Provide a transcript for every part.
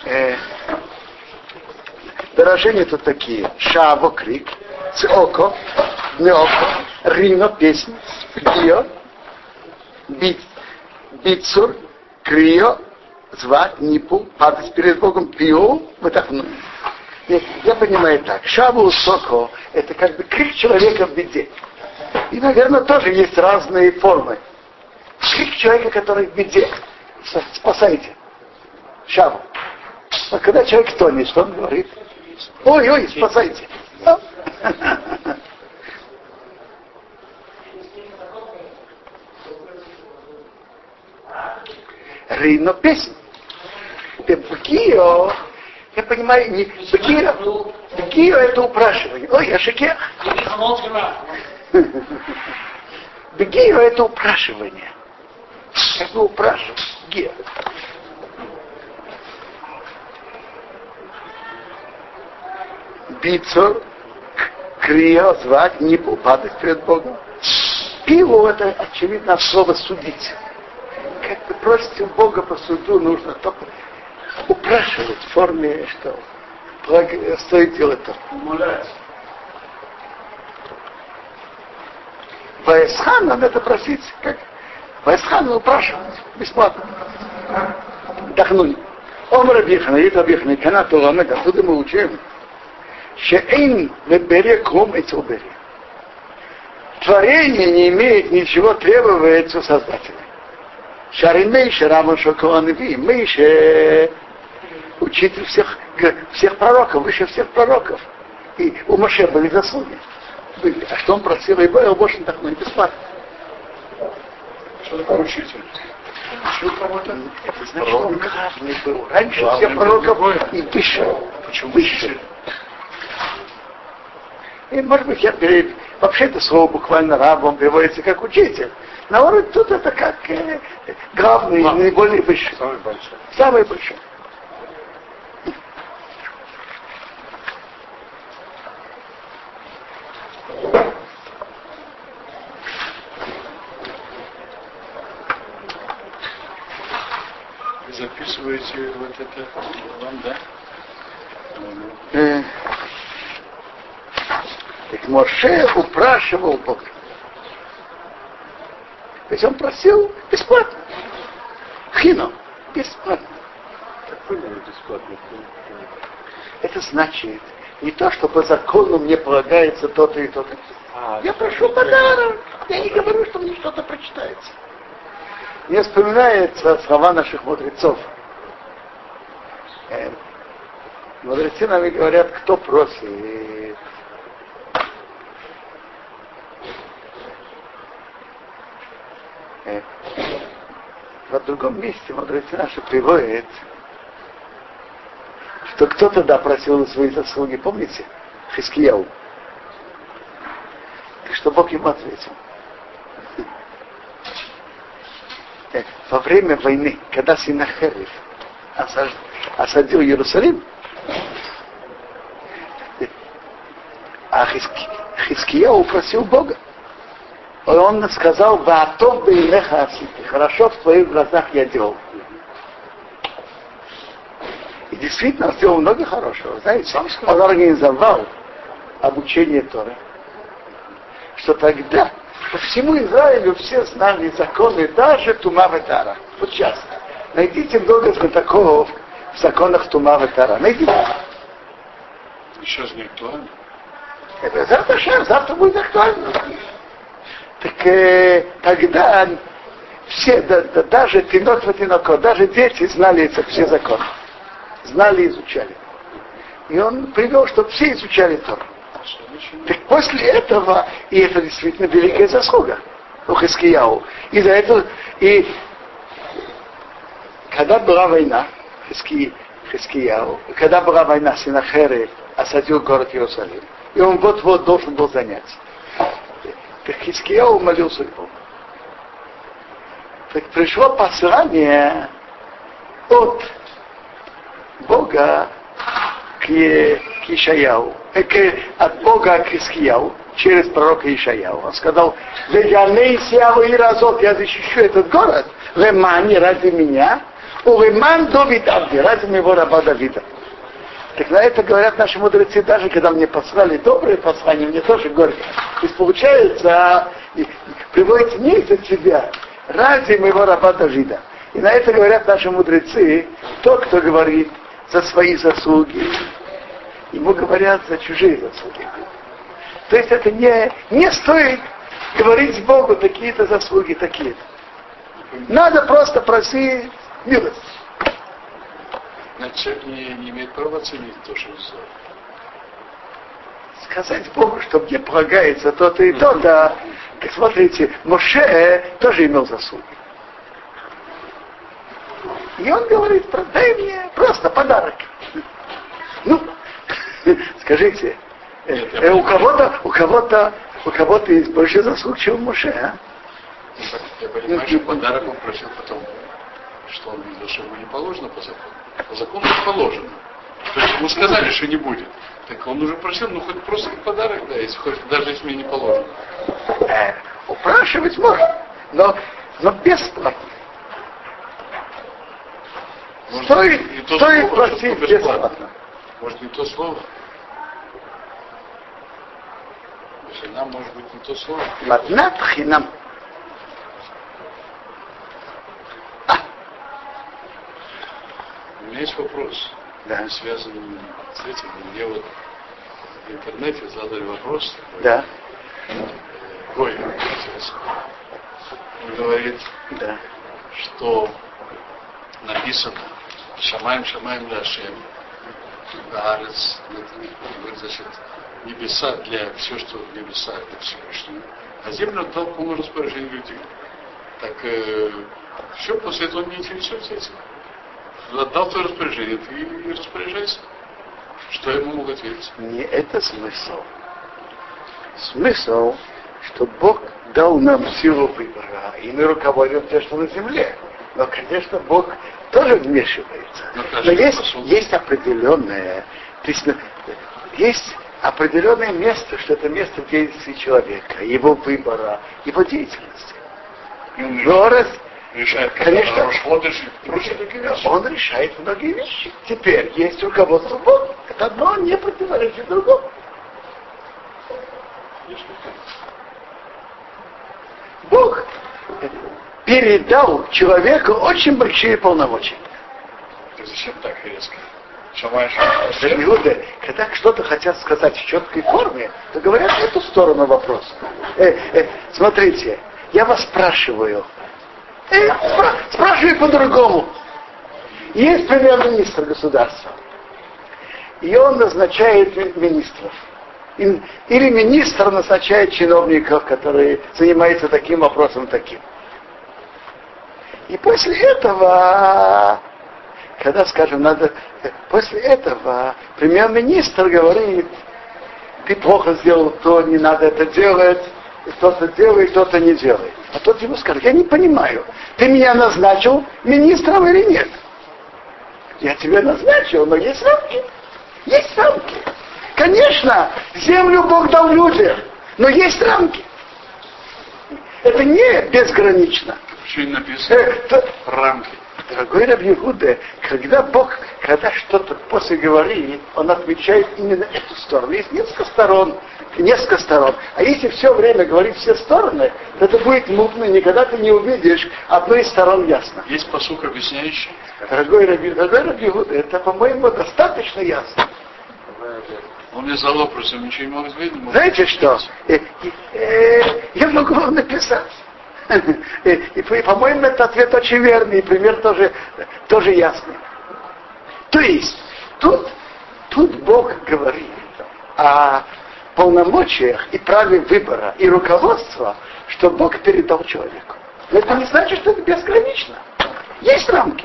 Выражения тут такие. Шаво, крик. Цоко, мёко. Рино, песня. Гио. Бицур. Крио. Звать. Нипу. Падать перед Богом. Пио. Выдохнуть. Я понимаю так. Шаву соко — это как бы крик человека в беде. И, наверное, тоже есть разные формы. Крик человека, который в беде. Спасайте. Шаву. А когда человек тонет, что он говорит? Ой, спасайте. Рино песня. Бегио, я понимаю, не бегио это упрашивание. Ой, я шикер. Бегио это упрашивание. Как бы упрашивать. Гио. Бицор, крио, звать, не падать перед Богом. Пиво это, очевидно, от слова судить. Как бы просить у Бога по суду нужно только упрашивать в форме, что стоит делать то. Умолять. Ваесхан надо это просить. Как? Ваесхан упрашивать. Бесплатно. Дохнули. Омра бихна, это бихна, канату ламед, отсюда мы учим. Шеин вебере ком эцубери. Творение не имеет ничего требовать у Создателя. Шарин Мейше, Рамон Шокоан Ви. Мейше учитель всех пророков, выше всех пророков. И у Моше были заслуги. А что он просил? И был больше так, ну и бесплатно. Что такое учитель? Учил кого-то? Это значит, он главный был. Раньше всех пророков и выше. Почему выше? И, может быть, вообще это слово буквально рабом переводится как учитель. Наоборот, тут это как главный, наиболее высший. Самый большой. Самый большой. Вы записываете вот это вам, да? Так Моше упрашивал Бога. То есть он просил бесплатно. Хино. Бесплатно. Какой бесплатно? Это значит, не то, что по закону мне полагается то-то и то-то. Я прошу подарок. Я не говорю, что мне что-то прочитается. Мне вспоминаются слова наших мудрецов. Мудрецы нам говорят, кто просит. В другом месте мудрецы наши приводят, что кто тогда просил на свои заслуги, помните? Хискияу. И что Бог ему ответил. Во время войны, когда Синахерев осадил Иерусалим, а Хискияу просил Бога. И он сказал: «Ваатов бейнеха асити». Хорошо в твоих глазах я делал. И действительно, он сделал много хорошего. Знаете, он организовал обучение Торы. Что тогда по всему Израилю все знали законы, даже Тума Ветара. Вот сейчас. Найдите много знатоков в законах Тума Ветара. Найдите. Сейчас не актуально. Это завтра будет актуально. Так тогда все, даже Тинот Ватиноко, даже дети знали это, все законы. Знали и изучали. И он привел, чтобы все изучали Тору. Так после этого, и это действительно великая заслуга у Хискияу. И за это, и когда была война, Хискияу, когда была война, Синахерев осадил город Иерусалим, и он вот-вот должен был заняться. Так Хискияу молился к Богу. Так пришло послание от Бога к Ишаяу, от Бога к Хискияу, через пророка Ишаяу. Он сказал: «Ведяней сиаву и разот, я защищу этот город, лемани ради меня, Уреман Давид Абди, ради моего раба Давида. Так на это говорят наши мудрецы, даже когда мне послали добрые послания, мне тоже горько. То есть получается, приводится не из-за тебя, ради моего раба Давида. И на это говорят наши мудрецы, тот, кто говорит за свои заслуги, ему говорят за чужие заслуги. То есть это не стоит говорить Богу такие-то заслуги, такие-то. Надо просто просить милость. Значит, человек не имеет права оценить то, что он сделал. Сказать Богу, что мне полагается то-то и то-то. Так смотрите, Моше тоже имел заслуги. И он говорит, дай мне просто подарок. Ну, скажите, у кого-то есть больше заслуг, чем у Моше, а? Я понимаю, что подарок он просил потом, что он видел, что ему не положено по закону. По закону не положено. То есть ему сказали, что не будет. Так он уже просил, ну хоть просто подарок, да, если хоть, даже если мне не положено. Упрашивать можно, но бесплатно. Стоит просить бесплатно. Может, не то слово? Хинам может быть не то слово. Матнат хинам. У меня есть вопрос, да. Связанный с этим. Мне вот в интернете задали вопрос. Да. Гой, он говорит, да. что написано Шамаем Лашем, Аарец, значит, небеса для все, что в небесах для Всевышнего, а землю отдал полное распоряжение людей. Так все, после этого он не интересуется этим. Отдал твое распоряжение, ты и распоряжайся. Что я ему могу ответить? Не это смысл. Смысл, что Бог дал нам силу выбора, и мы руководим тем, что на земле. Но, конечно, Бог тоже вмешивается. Но есть определенное, то есть определенное место, что это место деятельности человека, его выбора, его деятельности. Решает, конечно, он решает многие вещи. Теперь есть руководство Бога. Это одно не противоречит другому. Бог передал человеку очень большие полномочия. Зачем так резко? Когда что-то хотят сказать в четкой форме, то говорят в эту сторону вопрос. Смотрите, я вас спрашиваю. Спрашиваю по-другому. Есть премьер-министр государства, и он назначает министров. Или министр назначает чиновников, которые занимаются таким вопросом, таким. И после этого, когда, скажем, после этого премьер-министр говорит, ты плохо сделал то, не надо это делать, и кто-то делает, кто-то не делает. А тот ему скажет, я не понимаю, ты меня назначил министром или нет? Я тебя назначил, но есть рамки. Есть рамки. Конечно, землю Бог дал людям, но есть рамки. Это не безгранично. Почему не написано рамки? Дорогой Рабби Иуда, когда что-то после говорит, он отмечает именно эту сторону. Есть несколько сторон. А если все время говорить все стороны, то это будет мутно, никогда ты не увидишь одной из сторон ясно. Есть посук, объясняющий? Дорогой Рабби Иуда, это, по-моему, достаточно ясно. Он мне задал вопрос, я ничего не могу ответить. Знаете что? Я могу вам написать. И, по-моему, этот ответ очень верный, и пример тоже ясный. То есть, тут Бог говорит о полномочиях и праве выбора и руководства, что Бог передал человеку. Но это не значит, что это безгранично. Есть рамки.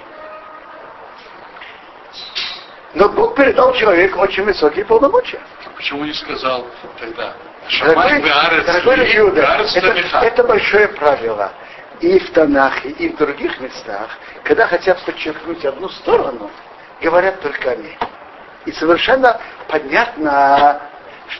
Но Бог передал человеку очень высокие полномочия. Почему не сказал тогда? Дорогой Иуда, это большое правило. И в Танахе, и в других местах, когда хотят подчеркнуть одну сторону, говорят только «аминь». И совершенно понятно,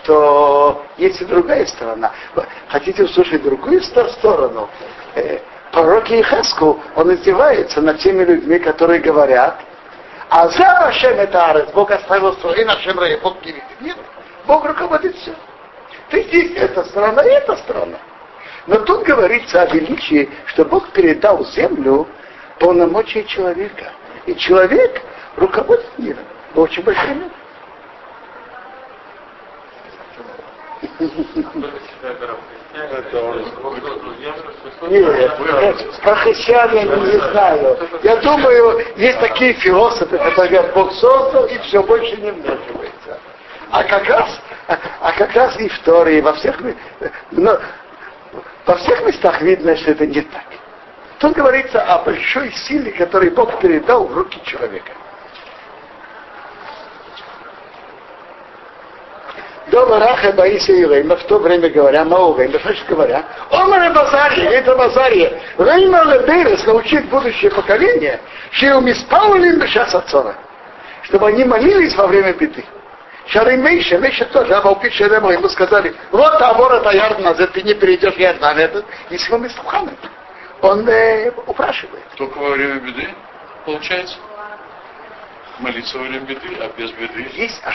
что есть и другая сторона. Хотите услышать другую сторону? пророке Ихескел, он издевается над теми людьми, которые говорят, а за Ашем это Арес, Бог оставил свой, и нашем рае, Бог не видит. Нет, Бог руководит все. Ты здесь эта сторона, и эта сторона. Но тут говорится о величии, что Бог передал землю полномочия человека. И человек руководит миром. Это очень большой мир. Нет, про христиан я не знаю. Я думаю, есть такие философы, которые говорят, Бог создал и все больше не вмешивается. А как раз и в Торе, и во всех местах видно, что это не так. Тут говорится о большой силе, которую Бог передал в руки человека. Дома Раха Баиса и Рейма, в то время говоря, Маурейма, значит говоря, Омар Базария, это Базария, Рейма Лебейрес научит будущее поколение, что у Миспаулин Бешас Ацора, чтобы они молились во время беды. Шаримейша, Мейша тоже, Абалпиша Рема, ему сказали, вот Авор это Ярдна, ты не перейдешь Ярдан, это, если он Мистуханет. Он упрашивает. Только во время беды, получается? Молиться во время беды, а без беды?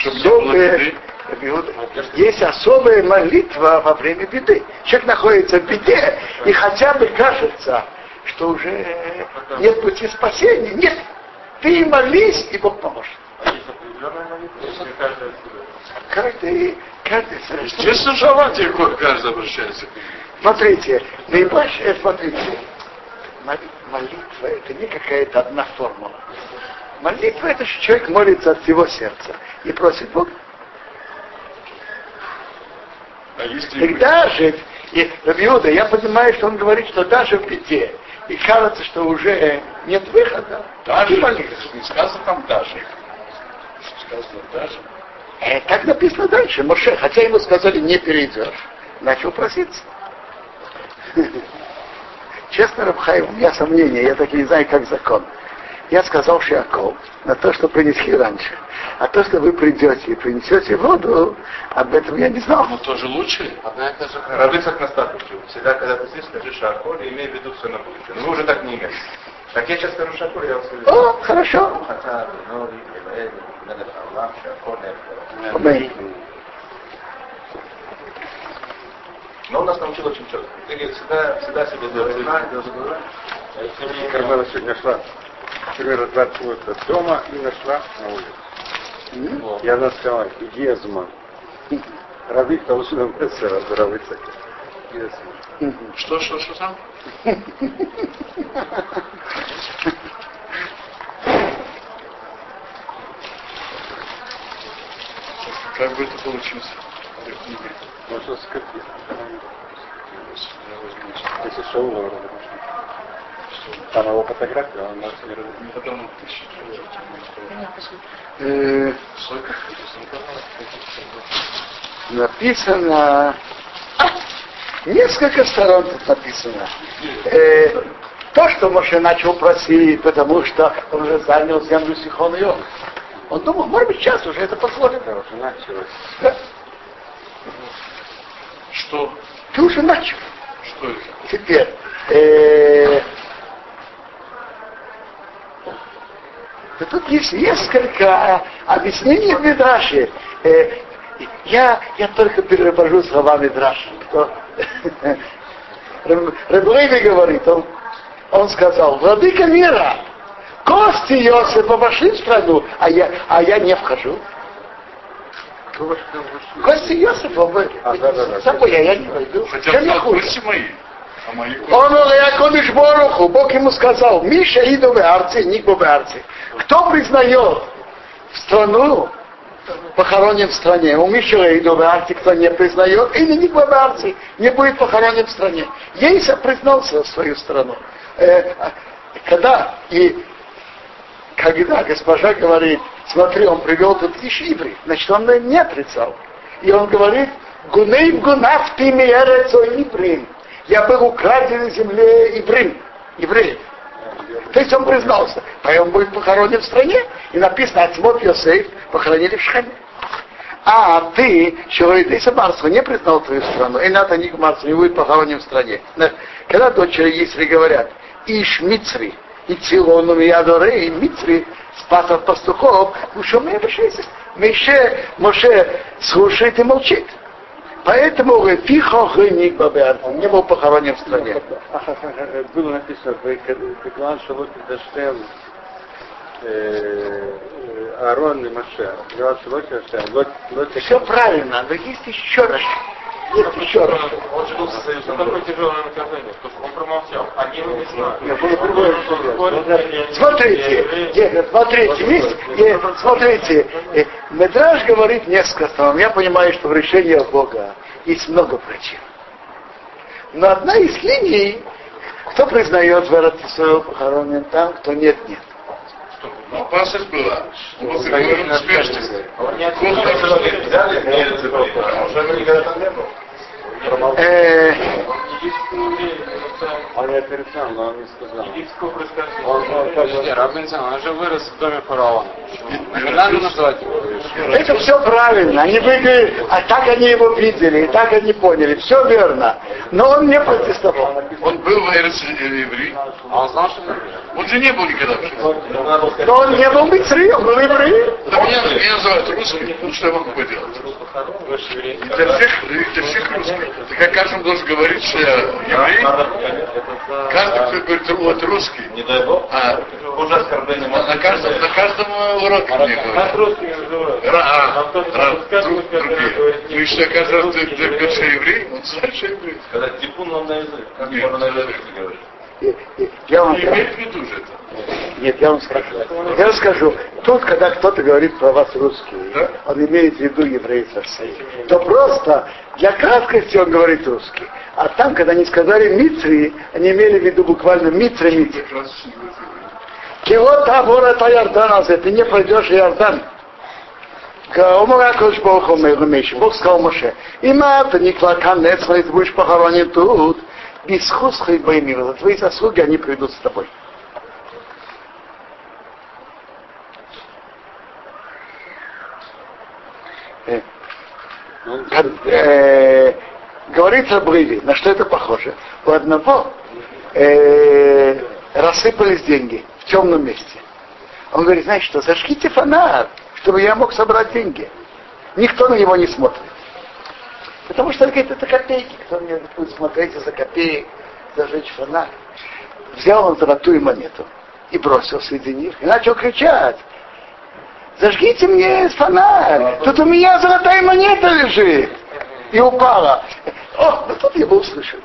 Есть особая молитва во время беды. Человек находится в беде, и хотя бы кажется, что уже нет пути спасения. Нет. Ты молись, и Бог поможет. Каждый естественно, желание каждый обращается. Смотрите, молитва это не какая-то одна формула. Молитва это что человек молится от всего сердца и просит Бога. Тогда же, Рабиуда, я понимаю, что он говорит, что даже в беде, и кажется, что уже нет выхода, даже не сказано там даже. Сказано даже. Так написано дальше. Моше, хотя ему сказали, не перейдешь, начал проситься. Честно, Рабхай, у меня сомнения, я так и не знаю, как закон. Я сказал Шиаков на то, что принесли раньше. А то, что вы придете и принесете воду, об этом я не знал. Но тоже лучше. Однако же, Равыцак Настав учил. Всегда, когда ты здесь, скажи Шиаков, и имей в виду все на будущее. Но вы уже так не имеете. Так я сейчас скажу Шиаков, я вам скажу. О, хорошо. Но он нас научил очень четко. Ты всегда себе делаешь. Кармела сегодня шла примерно 20 минут от дома и нашла на улице. И она сказала, иди Азман. Равик Таушином Эссера, Равыцак. Что там? Как бы это получилось? Ну что скопить? Если Шаула разрушил. Там его фотография, он может не разрушить. Потом написано... Несколько сторон тут написано. То, что Моше начал просить, потому что он уже занял землю Сихон и Ог. Он думал, может быть, сейчас уже это позволит. Да, уже началось. Да. Что? Ты уже начал. Что это? Теперь, тут есть несколько объяснений в Мидраше. Я только перевожу слова Мидраша. Ребрейви говорит, он сказал, владыка мира, кости Йосифа вошли в страну, а я не вхожу. Кости Йосифа, с собой я не войду. Хотя бы кости мои. Он Якодыш Боруху, Бог ему сказал, Миша иду в Арце, Никбо в Арце. Кто признает страну, похоронен в стране. У Миша иду в Арце, кто не признает, или Никбо в Арце, не будет похоронен в стране. Ейса признался в свою страну. Когда госпожа говорит, смотри, он привел тут ишибри, значит, он не отрицал. И он говорит, гунейв гунав ты миэрецо ибрим. Я был украден в земле евреев. То есть он признался. Поэтому он будет похоронен в стране. И написано, Ацмот Йосеф похоронили в Шхеме. А ты, человек, если Марсу не признал твою страну, и надо не к Марсу, не будет похоронен в стране. Когда дочери Исри говорят, Иш Мицри, и Цилону, и Адоре, и Мицри, спас от пастухов, ушел Моше слушает и молчит. Поэтому не был похоронен в стране. Было написано, Беклан Шалот Даштем Аарон и Моше. Все правильно, но есть еще раз. Есть еще раз. Он же был со союзом. Такое тяжелое наказание, он промолчал. Они его не знают. Смотрите, Медраш говорит несколько сторон. Я понимаю, что в решении Бога есть много причин. Но одна из линий, кто признает в Эрец-Исраэль похоронен там, кто нет. Но опасность была. Он был приговорен к смерти. Он не взяли, уже никогда там не был. Он не отрицал, но он не сказал. Он же вырос в доме фараона. Не надо называть его. Это все правильно. Они были, а так они его видели, и так они поняли. Все верно. Но он не протестовал. Он был в еврей. А он знал, что Он же не был никогда в жизни. Но он не был мицри, он был еврей. Да меня называют русским, ну что я могу поделать? Для всех русских. Так как каждый должен говорить, что я еврей? Каждый, кто говорит, вот русский. Не дай бог. Уже оскорбление. На каждом уроке мне говорят. Русскими называют. Другие. Ну и что, каждый раз ты говоришь, что еврей? Он знает, что еврей. Когда типун нам на язык. Как можно на язык говорить? Я вам Не имеет в виду же это. Нет, я вам скажу. Тут, когда кто-то говорит про вас русские, да? Он имеет в виду евреев, то просто для краткости он говорит русский. А там, когда они сказали мицри, они имели в виду буквально мицри. Киот Авора та Иордан, ты не пройдешь Иордан. Бог сказал Моше, има ты не клаканец, ты будешь похоронен тут. Бесхусха и боимира, за твои заслуги они придут с тобой. Говорится об Риве, на что это похоже? У одного рассыпались деньги в темном месте. Он говорит, знаешь что, зажгите фонарь, чтобы я мог собрать деньги. Никто на него не смотрит. Потому что он говорит, это копейки, кто мне будет смотреть из-за копеек, зажечь фонарь. Взял он золотую монету и бросил среди них, и начал кричать, зажгите мне фонарь, тут у меня золотая монета лежит. И упала. О, ну тут его услышали.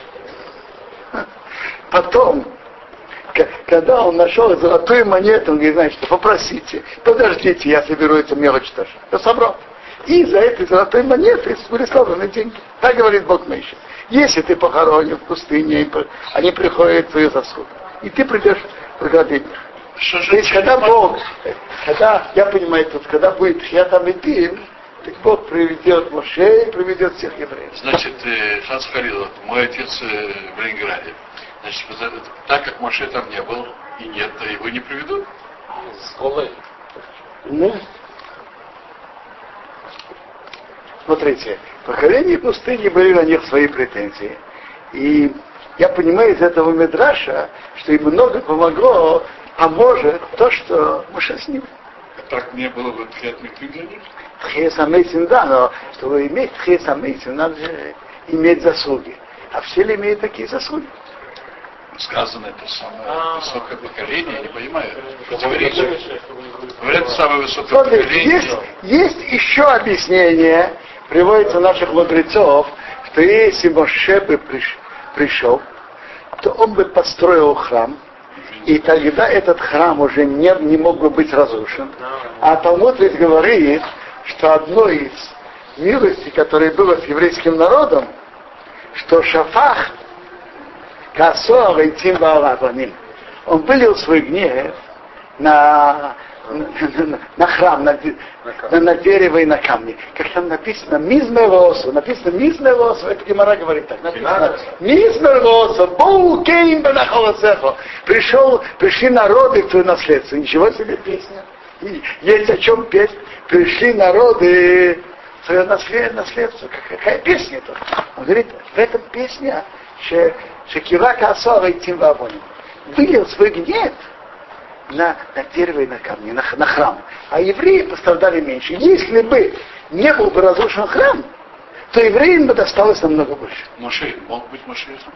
Потом, когда он нашел золотую монету, он говорит, знаете что, попросите, подождите, я соберу эту мелочь тоже. Я собрал. И за этой золотой монетой были собраны деньги. Так говорит Бог Мойше. Если ты похоронен в пустыне, они приходят в твою заслугу. И ты придешь в деньги. То есть, когда Бог, я понимаю, тут, когда будет Хиатамидим, так Бог приведет Моше и приведет всех евреев. Значит, Хас Харилов, мой отец в Ленинграде. Значит, так как Моше там не был и нет, то его не приведут? Нет. Смотрите, поколение пустыни были на них свои претензии. И я понимаю из этого Мидраша, что им много помогло, поможет то, что Моше с ним. Так не было бы Тхиат-Митим для них? Тхиас-Амейсин, да, но чтобы иметь Тхиас-Амейсин, надо же иметь заслуги. А все ли имеют такие заслуги? Сказано, это самое высокое поколение, я не понимаю. Противоречие. Говорят, самое высокое поколение. Есть еще объяснение, приводится у наших мудрецов, что если Моше бы пришел, то он бы построил храм, и тогда этот храм уже не мог бы быть разрушен. А Талмуд ведь говорит, что одной из милостей, которая была с еврейским народом, что Шафах Касор и Тимбаалабаним, он вылил свой гнев на храм, на дерево и на камни. Как там написано, Мизмеросу, это Гемара говорит так, написано, Мизмеросу, Боукейм Бенахолосехо, пришли народы в твое наследство. Ничего себе песня. Есть о чем петь. Пришли народы свое наследство. Какая песня это? Он говорит, в этом песне Шекирака Асора и Тим Вавоним вылил свой гнев на дерево и на камни, на храм. А евреи пострадали меньше. Если бы не был бы разрушен храм, то евреям бы досталось намного больше. Моше мог быть Машехом?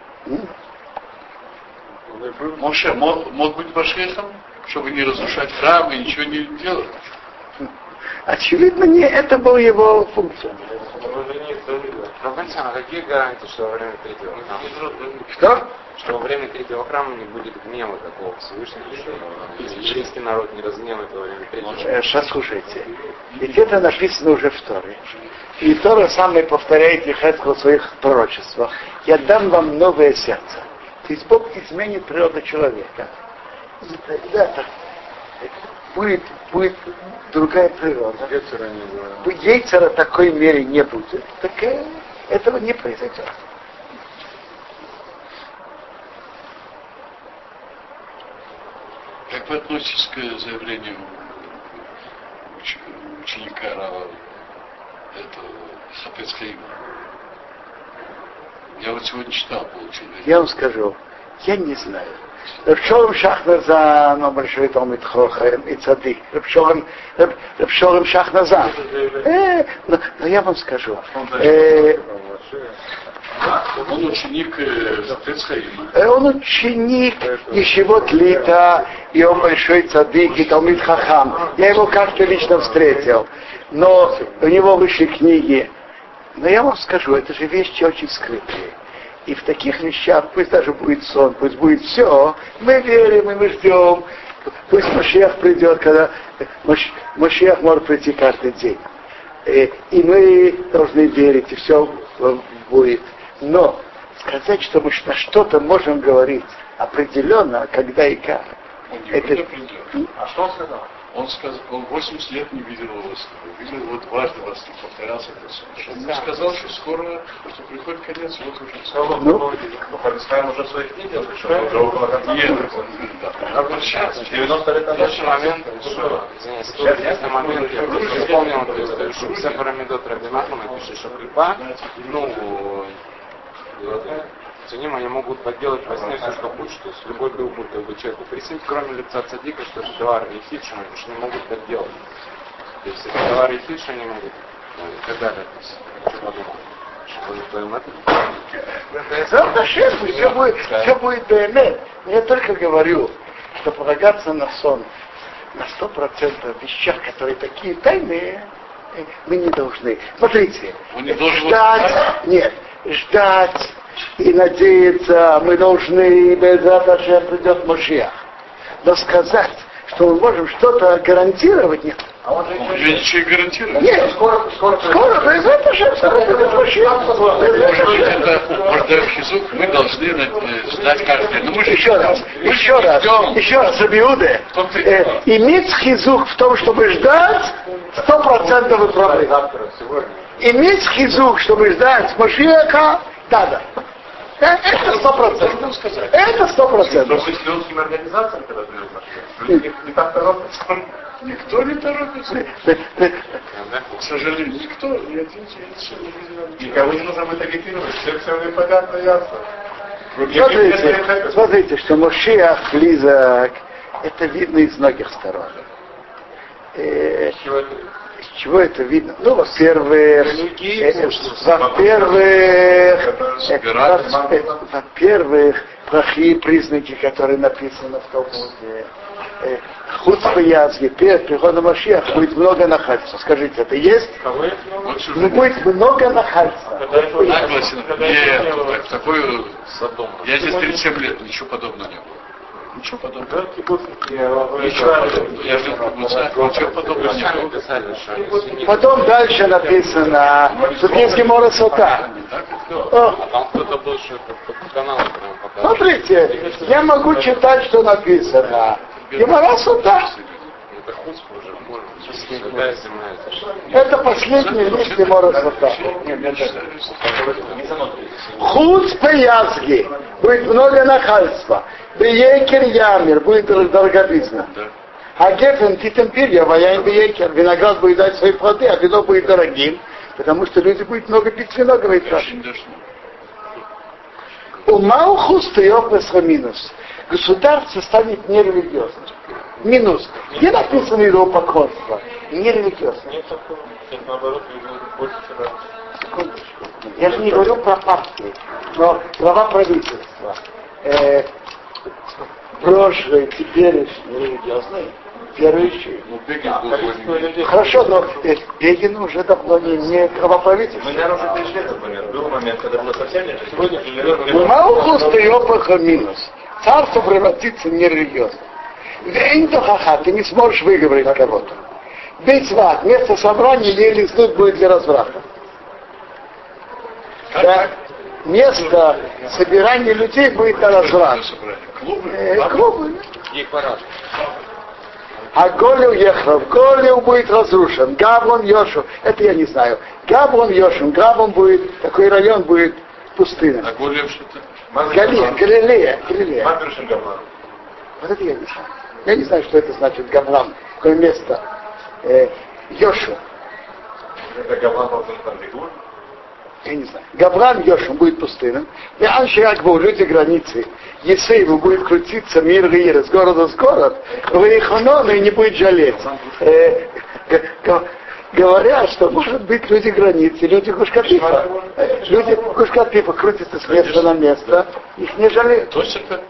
Моше мог быть Машехом, чтобы не разрушать храм и ничего не делать? Очевидно, не это была его функция. А какие гарантии, что во время третьего храма? Что? Что во время третьего храма не будет гнева такого Всевышнего, что еврейский народ не разгневает во время третьего храма? Сейчас слушайте. Ведь это написано уже в Торе. И Тора самое повторяет Ехескел в своих пророчествах. Я дам вам новое сердце. То есть Бог изменит природу человека. И тогда будет другая природа. Ейцера такой мере не будет. Так этого не произойдет. Как вы относитесь к заявлению ученика Рава, этого Хафец Хаима? Я вот сегодня читал, получил. Я вам скажу, я не знаю. Рабшолем Шахназан, он большой Талмид Хохем и Цадик. Рабшолем Шахназан. Но я вам скажу. Он ученик Хафец Хаима. Он ученик Ешивот Лита, и он большой Цадик, и Талмид Хахам. Я его как-то лично встретил. Но у него вышли книги. Но я вам скажу, это же вещи очень скрытые. И в таких вещах, пусть даже будет сон, пусть будет все, мы верим и мы ждем. Пусть Машиах придет, когда Машиах может прийти каждый день. И мы должны верить, и все будет. Но сказать, что мы на что-то можем говорить определенно, когда и как. Это... А что он сказал? Он сказал, он 80 лет не видел его слова. Видел его дважды во сне, повторялся это сон. Он сказал, что скоро, что приходит конец, вот уже сказал. Хабисхайм уже в своих книгах пришел, уже около конца. Нет, сейчас. 90 лет назад. Сейчас момент, я просто вспомнил, то есть, что все Парамидот Рабинахмана пишет, что клипа, Цуним, они могут поделать во сне все, что хочет, то есть любой другой человеку приснить, кроме лица цадика, что это товар и хитшин, они что не могут так делать. То есть это товар и хитшин не могут, и так далее. Что подумал? Что вы твоим это? Все будет БМ. Я только говорю, что полагаться на сон на 100% вещах, которые такие тайные, мы не должны. Смотрите, ждать и надеяться мы должны, без этого придет Машиах. Но сказать, что мы можем что-то гарантировать, нет. А он же ничего не гарантирует. Нет, скоро, без этого придет Машиах. Может, даже Хизук, мы должны ждать каждый день. Ну, Еще раз, Рабиуде, иметь хизук в том, чтобы ждать, 100% вы правы. Иметь хизук, чтобы ждать Машиаха, надо. Это 100%. Это 100%. Но если он с ним организациям, когда придет Машиах, не так торопится. Никто не торопится. К сожалению, никто. Никого не нужно быть агитировать. Все понятно, ясно. Смотрите, что Машиах близок, это видно из многих сторон. С чего это видно? Ну, во-первых, плохие признаки, которые написаны в Талмуде. Хуцпа язги, перед приходом Машиаха будет много нахальства. Скажите, это есть? Будет много нахальства. Нет, такой... Я здесь 37 лет, ничего подобного не было. Ничего подобного. Ничего подобного не было. Потом дальше написано, тут есть Гемора Сота. Там кто-то был, что это по каналу прям показывал. Смотрите, я могу читать, что написано. Гемора Сота. Это хуцпа уже, можно. Это последний лист Гемора Сота. Хуцпа язги. Будет много нахальства. Бейекер ямир. Будет дороговизна. А гефен титемпирья, ваяем бейкер. Виноград будет дать свои плоды, а вино будет дорогим, потому что люди будут много пить вино, говорит Раши. Умаухус триопесха минус. Государство станет нерелигиозным. Минус. Где написано идолопоклонство? Нерелигиозным. Секундочку. Я же не говорю про партии, но глава правительства. Прошлые, теперешние, религиозные, верующие. Хорошо, но Бегин уже давно не глава правительства. Мы, наверное, уже перешли этот момент. Был момент, когда было совсем не минус. Царство превратится в нерелигиозное. Ты не сможешь выговорить кого-то. Бейцват, место собрания еле слух будет для разврата. Да? Место собирания людей будет для разврата. Клубы. А Голев Ехров, Голев будет разрушен. Гавон Йошу, это я не знаю. Гавон Йошу, Гавон будет, такой район будет пустынным. А Голев что-то? Галилея. Вот это я не знаю. Я не знаю, что это значит Гавлам. Какое место? Йошу. Это Гавлам должен там Бегур? Я не знаю. Гавлам Йошу будет пустынным. И Аншиакбу, люди границы. Есееву будет крутиться мир и с города в город. Ваиханона и не будет жалеть. Говорят, что может быть люди границы, люди Гушкатифа. Люди Гушкатифа крутятся с места на место. Их не жалеют. Точно как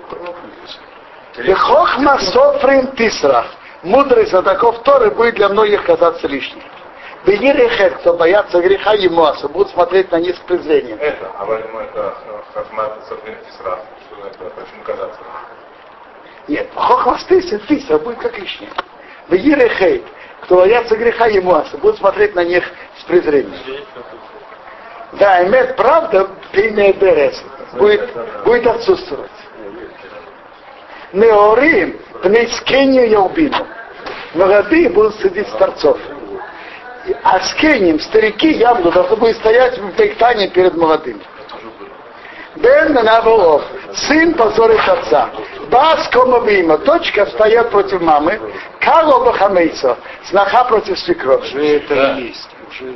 Хохма софрин тисрах. Мудрость знатоков Торы будет для многих казаться лишней. Бенирехет, кто боятся греха ему, будут смотреть на них с презрением. Это, это Хохма софрин тисрах. Что это? Почему казаться? Нет, хохма тисрах будет как лишнее. Бенирехет, кто боятся греха ему, будут смотреть на них с презрением. Да, имеет правда, имеет берес. Будет отсутствовать. Неорим, пнейскению яубину. Молодые будут сидеть старцов. А скенем, старики явно должны будут стоять в бейктане перед молодыми. Бен Наволов, сын позорит отца. Бас комовима, дочка встает против мамы. Кало бахамейцо, сноха против свекрови. Уже это есть.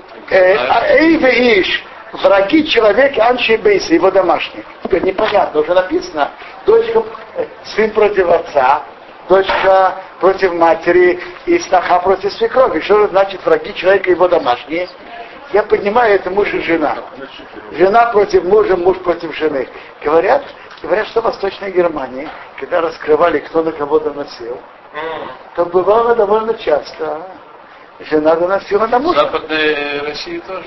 Эйве иш, враги человека, анши бейси, его домашних. Теперь непонятно, уже написано, дочка, сын против отца, дочка против матери и сноха против свекрови. Что значит враги человека и его домашние? Я понимаю, это муж и жена. Жена против мужа, муж против жены. Говорят, что в Восточной Германии, когда раскрывали, кто на кого доносил, то бывало довольно часто. Жена доносила на мужа. В Западной России тоже.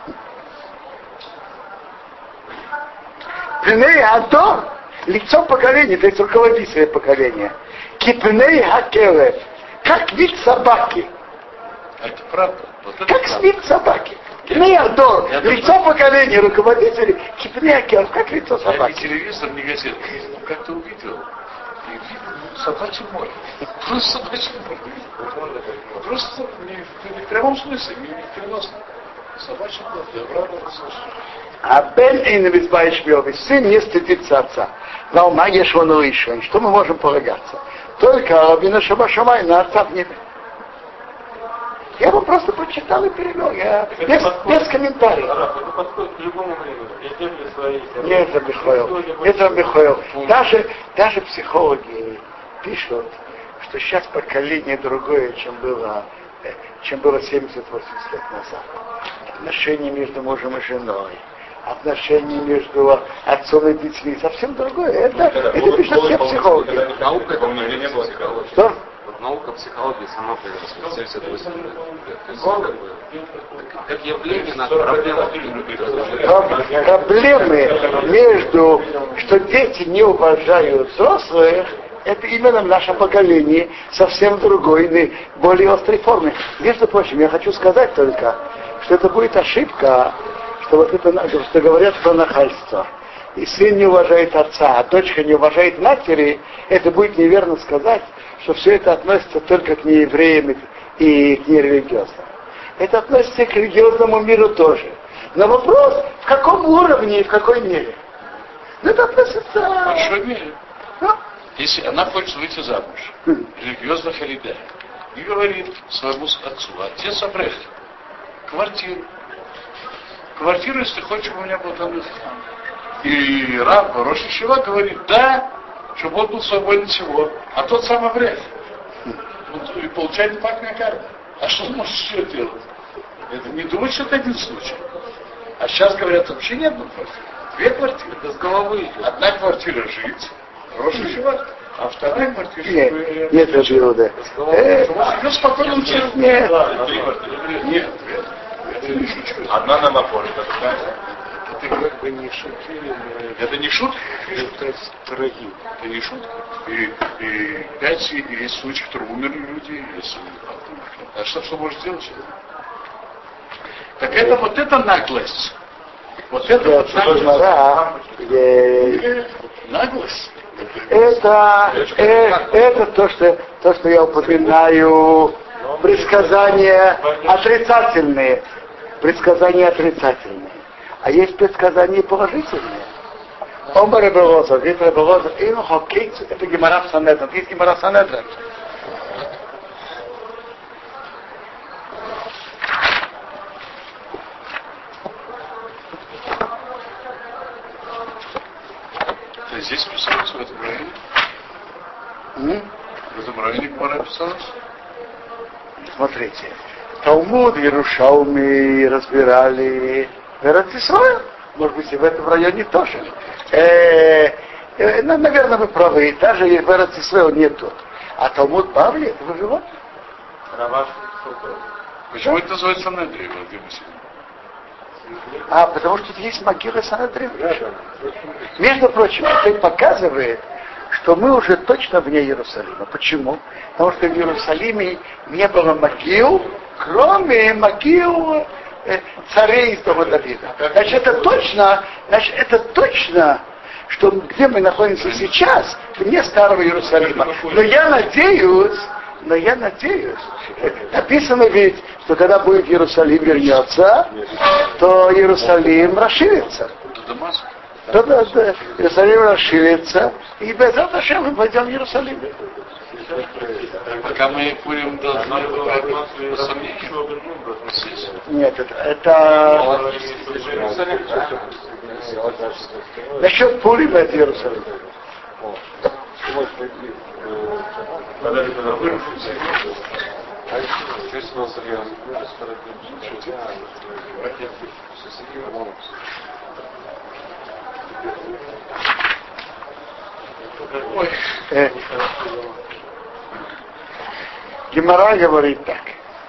Пней Адор, лицо поколения, то есть руководитель поколения. Кипней Хакелев, как вид собаки. Это правда. Вот это Как правда. вид собаки. Пней Адор, лицо поколения, руководителей, Кипней Хакелев, как лицо Я собаки. не телевизор, не газету. Как-то увидел. И видно, собачье море. Просто собачье море. Просто не в прямом смысле, не в переносном. Собачье море. Я обрадовался. А Бен Эйнвизбайшвиови, сын не стыдится отца. Лаумагеш он решен. Что мы можем полагаться? Только Рабина Шабашамай на отца в небе. Я бы просто прочитал и перевел. Я без комментариев. Это подходит к любому времени. Нет, это Михаил. Даже психологи пишут, что сейчас поколение другое, чем было 70-80 лет назад. Отношения между мужем и женой, отношения между отцом и детьми совсем другое. Это пишут все психологи. Наука это не было психологии. Что? Наука психологии сама появилась в 78 лет. То есть, как явление на Проблемы между, что дети не уважают взрослых, это именно в нашем поколении совсем другой, более острой формы. Между прочим, я хочу сказать только, что это будет ошибка, что вот это, что говорят про нахальство. И сын не уважает отца, а дочка не уважает матери, это будет неверно сказать, что все это относится только к неевреям и к нерелигиозным. Это относится и к религиозному миру тоже. Но вопрос, в каком уровне и в какой мере? Ну, это относится... В большой мере. Ну, Если она хочет выйти замуж, религиозно халидая, и говорит своему отцу: отец Абрех, квартиру, если хочешь, у меня будет там. И раб Рош Ешива говорит: да, чтобы он был свободен всего. А тот сам Абрех. И получает пакная карта. А что он может еще делать? Это не думать, что это один случай. А сейчас говорят, вообще не одну квартиру. 2 квартиры. Это с головы. Одна квартира жить, Рош Ешива, а вторая квартира... Нет, это Иуда. Можно спокойно учиться. Нет. Нет, это не шучу. Одна на напоре. Это как бы не шутки. Это не шутка? Это дорогие. Это не шутка. И 5 есть случаи, которые умерли люди, если... А что может сделать? Так это вот эта наглость. Вот это вот наглость. Это то, что я упоминаю, предсказания отрицательные. Предсказания отрицательные. А есть предсказания положительные. Омар Рабелозов, говорит Рабелозов, это Гемара в Санедрин. Есть Гемара в Санедрин. Здесь писалось в этом районе? В этом районе Гемара писалось? Смотрите, Талмуд, Иерушалми разбирали Эрец Исроэль. Может быть, и в этом районе тоже. Наверное, вы правы. Даже в Эрец Исроэль нету. А Талмуд Бавли, это Вавилон. Почему это называется Санедрин, Владимир Васильевич? Потому что тут есть могила Санедрин. Между прочим, это показывает, что мы уже точно вне Иерусалима. Почему? Потому что в Иерусалиме не было могил, кроме могил царей из дома Давида. Значит, это точно, что где мы находимся сейчас, вне Старого Иерусалима. Но я надеюсь, написано ведь, что когда будет Иерусалим вернется, то Иерусалим расширится. Иерусалим расширится, и без этого мы пойдем в Иерусалим. Пока мы Пурим должны сомнения. Нет, это... Насчет Пурима это Иерусалим. Гемара говорит так.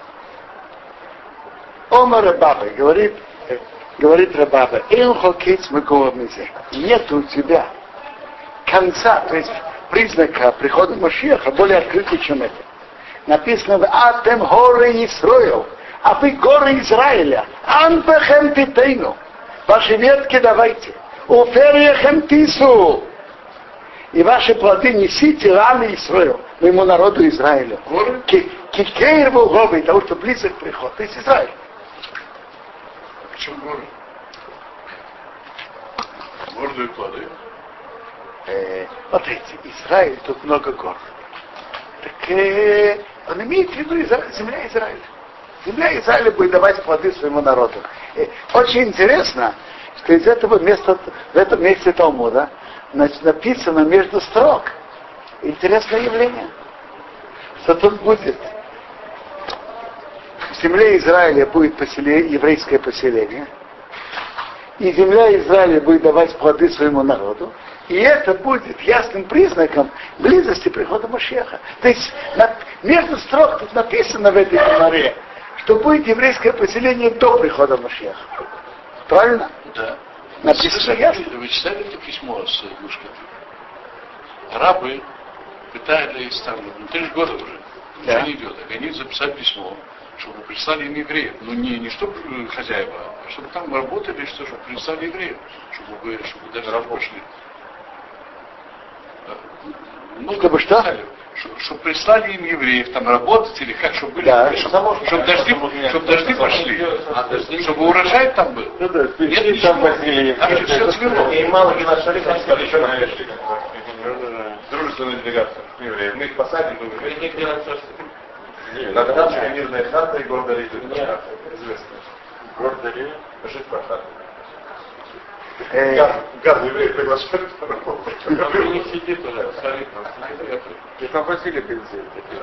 Омар Рабаба говорит Рабаба, нет у тебя конца, то есть признака прихода Машиаха более открытый, чем это. Написано в Атем горы Исроил, а вы горы Израиля, Анбехем Титейну, ваши ветки давайте, Уферьехем Тису, и ваши плоды несите раны Исроил, моему народу Израилю. Кикейрву Говы, потому что близок приход, то есть Израиль. Почему горы? Горы и плоды. Смотрите, Израиль, тут много гор. Так он имеет в виду земля Израиля. Земля Израиля будет давать плоды своему народу. Очень интересно, что из этого места, в этом месте Талмуда написано между строк. Интересное явление. Что тут будет? В земле Израиля будет еврейское поселение. И земля Израиля будет давать плоды своему народу. И это будет ясным признаком близости прихода Машиаха. То есть между строк тут написано в этой Гемаре, что будет еврейское поселение до прихода Машиаха. Правильно? Да. Написано ясно. Вы читали это письмо с Гушкой? Арабы пытались там, 3 года уже, ничего не идет. Они записали письмо, чтобы прислали им евреев. Ну не чтобы хозяева, а чтобы там работали, чтобы прислали евреев, чтобы даже раз пошли. Ну, чтобы что? Чтобы прислали им евреев там работать или как, чтобы были, да. чтобы дожди пошли, чтобы урожай там был. Нет ничего. Там же все цвело. И мало не нашли, там сказали, что навешали. что надвигаться на евреев. Мы их посадим, думаем, мы не делаем все, что... Багдадская мирная карта и гордо Ривер. Известно. Гордо Ривер? Жить по хату. Гард евреев приглашают на работу. Он у них сидит уже, И попросили бензин.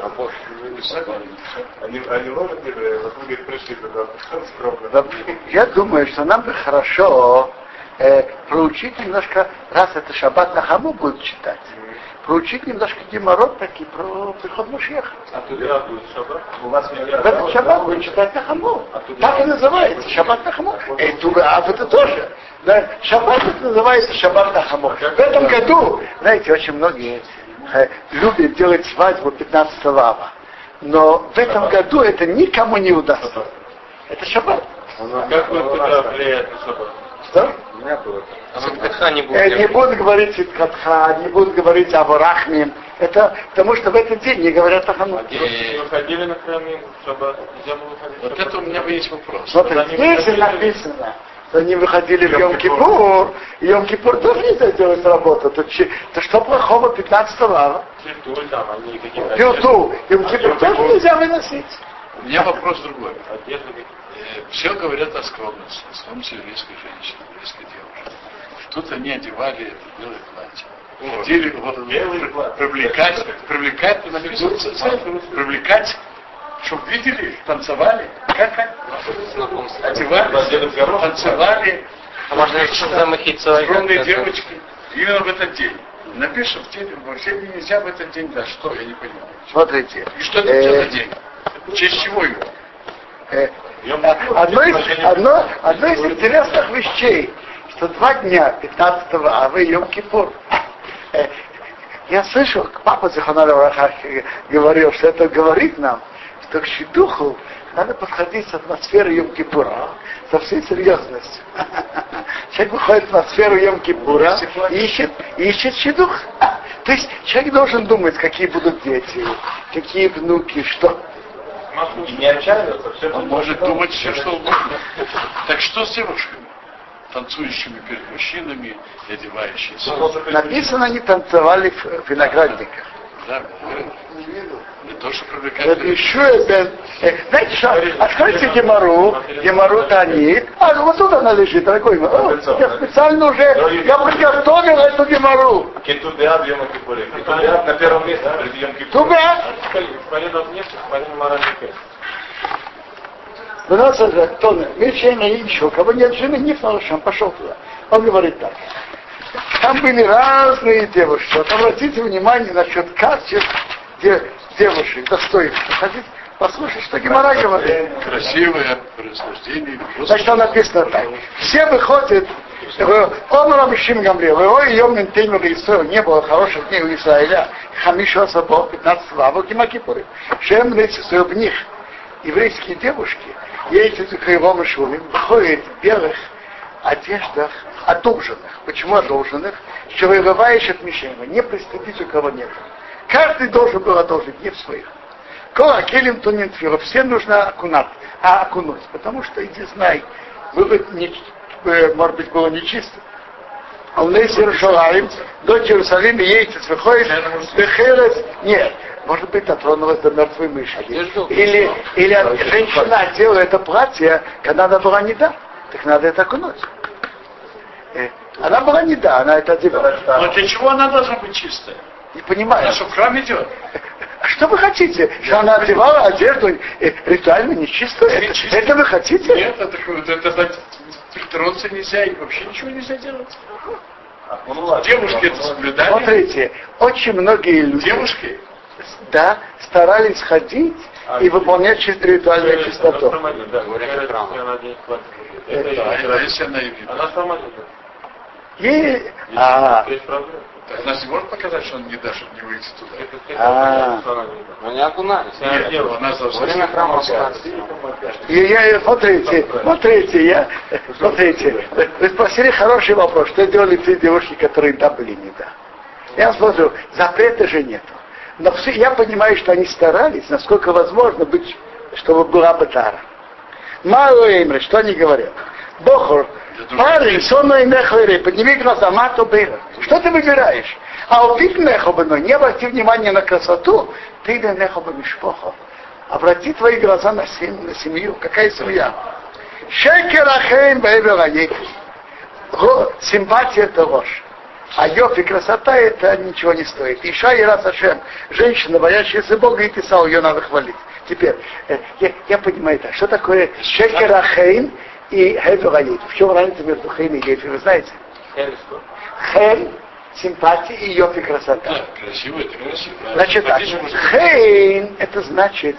Они ложат евреев, а мы пришли туда скромно. Я думаю, что нам бы хорошо проучить немножко, раз это шаббат на Хаму будет читать, проучить немножко геморрот таки про приход Машеха. А туда будет шаббат? У вас В этот шаббат будем читать на Хаму. Так и называется, шаббат на Хаму. Это тоже. Да, шаббат это называется шаббат на Хаму. В этом году, знаете, очень многие любят делать свадьбу 15 ава. Но в этом году это никому не удастся. Это шаббат. Как будет туда влиять на шаббат? Что? У меня было. Не будут говорить Ситкатха, не будут говорить Аварахмим. Это потому что в этот день не говорят о Хаму. Выходили на храме в шаббат? Нельзя было выходить? Вот это у меня есть вопрос. Смотрите, если написано, что они выходили в Йом-Кипур, и Йом-Кипур тоже нельзя делать работу, то что плохого 15 ава? Тюль там, они какие-то... Пилту, Йом-Кипур тоже нельзя выносить. У меня вопрос другой. Одежда. Все говорят о скромности еврейской женщины, еврейской девушки. Тут они одевали это белое платье. Хотели привлекать, написано, привлекать, чтобы видели, танцевали. Как? Одевали, танцевали. Скромные девочки. Именно в этот день. Напишем, вообще нельзя в этот день, да, что, я не понимаю. Смотрите. И что это за день? В честь чего его? Одно из интересных вещей, что 2 дня 15 ава и Йом-Кипур. Я слышал, папа Зихонар Авраха говорил, что это говорит нам, что к шидуху надо подходить с атмосферой Йом-Кипура, со всей серьезностью. Человек выходит в атмосферу Йом-Кипура и ищет шидух. То есть человек должен думать, какие будут дети, какие внуки, что. И не отчаиваться, все. Он может думать все, что угодно. Так что с девушками, танцующими перед мужчинами и одевающимися? Написано, они танцевали в виноградниках. Да, не то, что привлекать. Знаете что, откройте Гемару Танит, вот тут она лежит, дорогой мой. Я специально уже, я приготовил эту Гемару. Кетубеаб Йом-Кипуре. Кетубеаб на первом месте перед Йом-Кипуром. Полинов нет, полин моральный. У нас кто Мишена и еще, кого нет жены, не фалшам, пошел туда. Он говорит так. Там были разные девушки. Вот обратите внимание насчет качеств девушек, достойных. Хотите послушать, что Гемара говорит? Красивое происхождение. Значит, там написано так. Все выходят, он Рабишим Гамлиэл, ой, Йомин Теймер Исраил, не было хороших дней у Израиля, Хамишу Асабо, 15 лавок и Макипуры. Шем в них еврейские девушки, ездят за Хаевом и Шумим, выходят в белых одеждах одолженных. Почему одолженных? Что вырываешь от Мишема, не приступить у кого нет. Каждый должен был одолжить, не в своих. Кола келим тунин тфиру, все нужно окунуть, потому что, иди знай, может быть, было нечисто. А у нас Иерусалим, дочь Иерусалима едет, выходит, нет, может быть, дотронулась до мертвой мыши. Или женщина одела это платье, когда она была не да, так надо это окунуть. Она была не да, она это одевала. Но для чего она должна быть чистая? Не понимаю. Она что, в храм идет? А что вы хотите? Что она одевала одежду ритуально нечистую? Это вы хотите? Нет, это фильтроваться нельзя, и вообще ничего нельзя делать. Девушки это соблюдали. Смотрите, очень многие люди... Девушки? Да, старались ходить и выполнять ритуальную чистоту. Она сама Так нас не может показать, что он не даст, чтобы не выйти туда. Но не окунались. Нет, она Во время храма Смотрите, вы спросили хороший вопрос, что делали те девушки, которые там были не да. Я смотрю, запрета же нету. Но я понимаю, что они старались, насколько возможно, быть, чтобы была бы тара. Мало имя, что они говорят? Бохор, Парень, сонной нехойры, подними глаза, мату бейра. Что ты выбираешь? А убить нехобану, не обрати внимания на красоту, ты да нехоба мишпохо. Обрати твои глаза на семью. Какая семья? Шекер ахейн бэйбэ. Симпатия это ложь. А йоф и красота это ничего не стоит. Иша и раз Ашем, женщина, боящаяся Бога, и писал, ее надо хвалить. Теперь, я понимаю так, что такое шекер ахейн и хейбэ. В чем разница между хейн и ефи, вы знаете? Хейн, симпатия и йоф и красота. Да, красиво, это красиво. Значит, хейн, это значит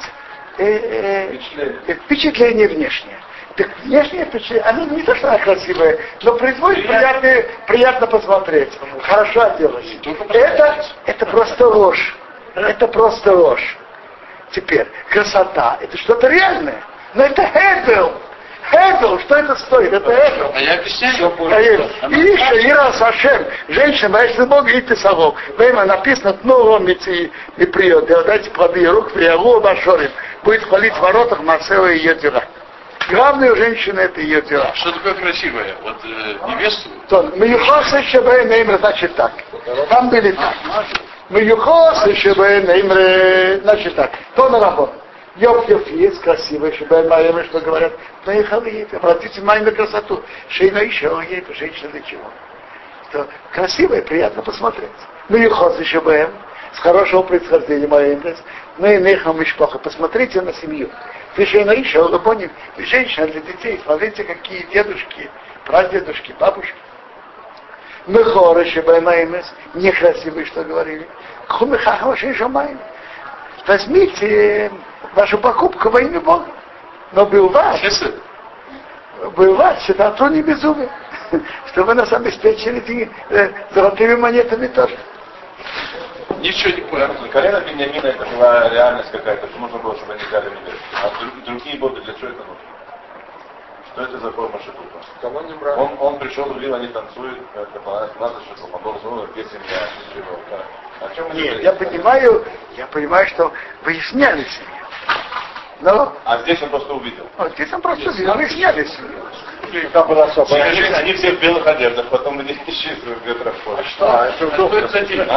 впечатление внешнее. Так внешнее впечатление, оно не то, что она красивая, но производит приятно посмотреть, хорошо оделась. Это просто ложь. Это просто ложь. Теперь, красота, это что-то реальное. Но это хедл. Хедл, что это стоит? Это хедл. А я объясняю. И еще не раз Ашем, женщина, боящаяся Бога, и писалов. Время написано, и приет, дайте плоды и рук, прияву башорим. Будет хвалить в воротах Марсева и ее дела. Главное у женщины это ее дела. Что такое красивое? Вот невесту? Маюхосы шебэ неймре, значит так. Там были так. Маюхосы шебэ неймре, значит так. То на работу. Йоп есть красивый, шебэ неймре, что говорят. Наехали ей, обратите внимание на красоту. Шейна еще ей, женщина для чего? Что красивое, приятно посмотреть. Маюхосы шебэ, с хорошего происхождения маемрес. Нейхам мишпаха. Посмотрите на семью. Шейна еще, вы поняли? Женщина для детей. Смотрите, какие дедушки, прадедушки, бабушки. Мехоры шебэ неймрес, некрасивые, что говорили. Кхумехаха шейшамайм. Возьмите вашу покупку во имя Бога. Но был вас, это то не безумие, что вы нас обеспечили золотыми монетами тоже. Ничего не понял. Колено Беньямина это была реальность какая-то, что нужно было, чтобы они взяли невесту. А другие боги, для чего это нужно? Что это за форма шатуха? Кого не брали? Он пришел, увидел, они танцуют, это надо шатуха. Он должен, где семья, ничего. О чем они Нет, я понимаю, что выяснялись. Но... А здесь он просто увидел. Здесь он просто увидел, выяснялись. Там было особо. Они все в белых одеждах, потом они исчезли в ветроход. Это удобно.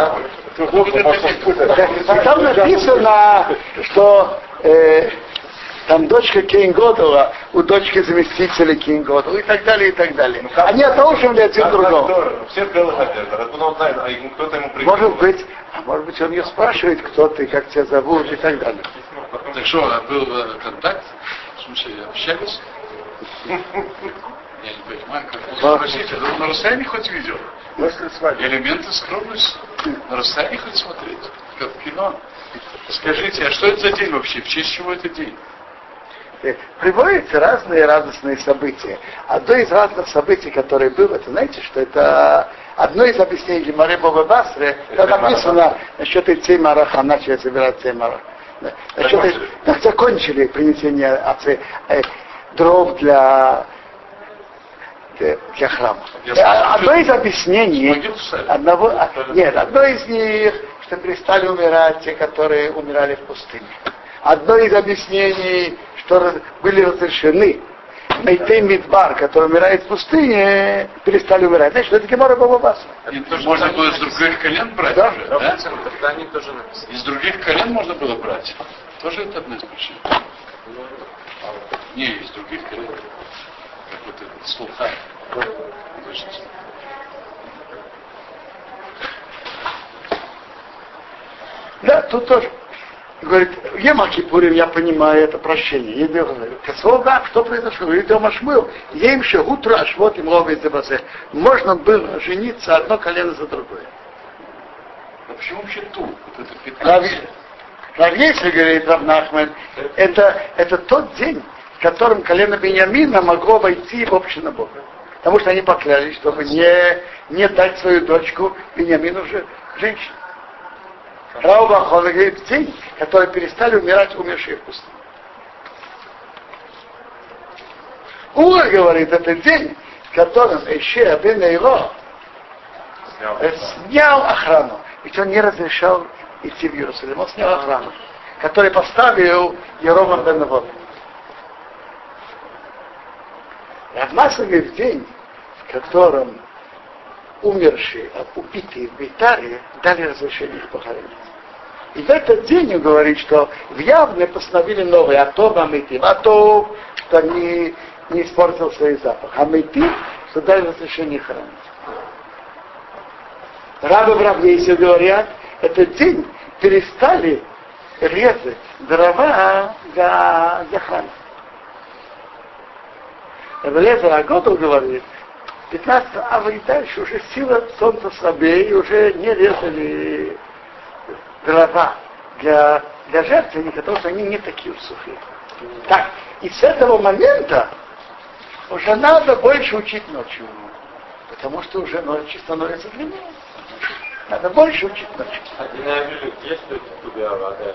Там написано, что там дочка Кейн-Годова у дочки заместителя Кейн-Годова и так далее, и так далее. Они одолживали один другого. Все в белых одеждах. Откуда он знает, кто-то ему приходит. Может быть, он ее спрашивает, кто ты, как тебя зовут и так далее. Так что, был контакт? В смысле, общались? Я не понимаю, как можно спросить. Это на расстоянии хоть видел? Элементы скромности. На расстоянии хоть смотреть? Как в кино. Скажите, а что это за день вообще? В честь чего это день? Приводятся разные радостные события. Одно из разных событий, которое было, это знаете, что это одно из объяснений Гемары Баба Басры, это написано насчет Эцей Мараха, начали собирать Эцей Мараха. Закончили принесение дров для храма. Одно из объяснений, одно из них, что перестали умирать те, которые умирали в пустыне. Одно из объяснений, что были разрешены Мейтей Мидбар, который умирает в пустыне, перестали умирать. Значит, это Гемара Баба Басра. Можно было из других колен брать да? уже, да? Тогда они тоже написаны. Из других колен можно было брать. Тоже это одна из причин. Не, из других колен. Как вот этот слуха. Да, тут тоже. Говорит, Ема-Кипурим, я понимаю, это прощение. Да, что произошло? Говорит, Омашмыл, я им еще утраж, вот им ловит за басе. Можно было жениться одно колено за другое. А почему вообще ту? Вот это 15? Равьеси, говорит Рав Нахман, это тот день, в котором колено Беньямина могло войти в общину Бога. Потому что они поклялись, чтобы не дать свою дочку Беньямину женщине. Рав Ахон говорит, день, который перестали умирать умершие в пустыне. Ура говорит, это день, в котором Эше бен Эйло снял охрану. Ведь он не разрешал идти в Иерусалим. Он снял охрану, который поставил Еромам бен Навот. Равмаса говорит, день, которым умершие, убитые в Бейтаре, дали разрешение их похоронить. И в этот день он говорит, что в Явне постановили новые, а то Мамитим, а то, что они не испортил свой запах. А Митим, что дали разрешение хоронить. Рабы в Равлейсе говорят, этот день перестали резать дрова для храма. Рабелезер Агодов говорит, 15 ава и дальше уже сила солнца слабее, и уже не резали дрова для жертвенника, потому что они не такие уж сухие. Так, и с этого момента уже надо больше учить ночью, потому что уже ночи становятся длиннее. Надо больше учить ночью. А Динавилю есть туда вода?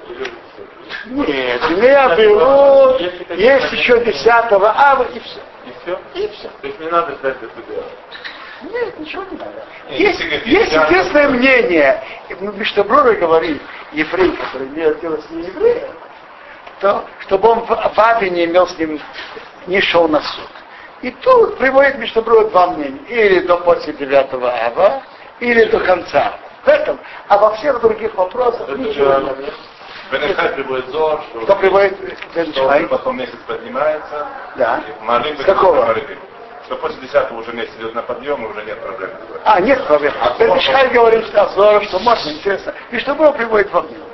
Нет, я беру, есть еще 10 ава и все. И все? И все. То есть не надо ждать до туда? Нет, ничего не надо. Есть единственное мнение, Мишнабрура говорит, еврей, который имеет дело с неевреем, то, чтобы он в Аве не имел с ним, не шел на суд. И тут приводит Мишнабрура два мнения. Или до после 9 ава, или до конца. В этом. А во всех других вопросах ничего нет. Бенехай приводит Зор, что приводит что потом месяц поднимается. Да. С какого? Что после 10-го уже месяц идет на подъем, и уже нет проблем. Нет проблем. Бенехай говорит, что Зор, что можно, интересно. И что было приводит во мне.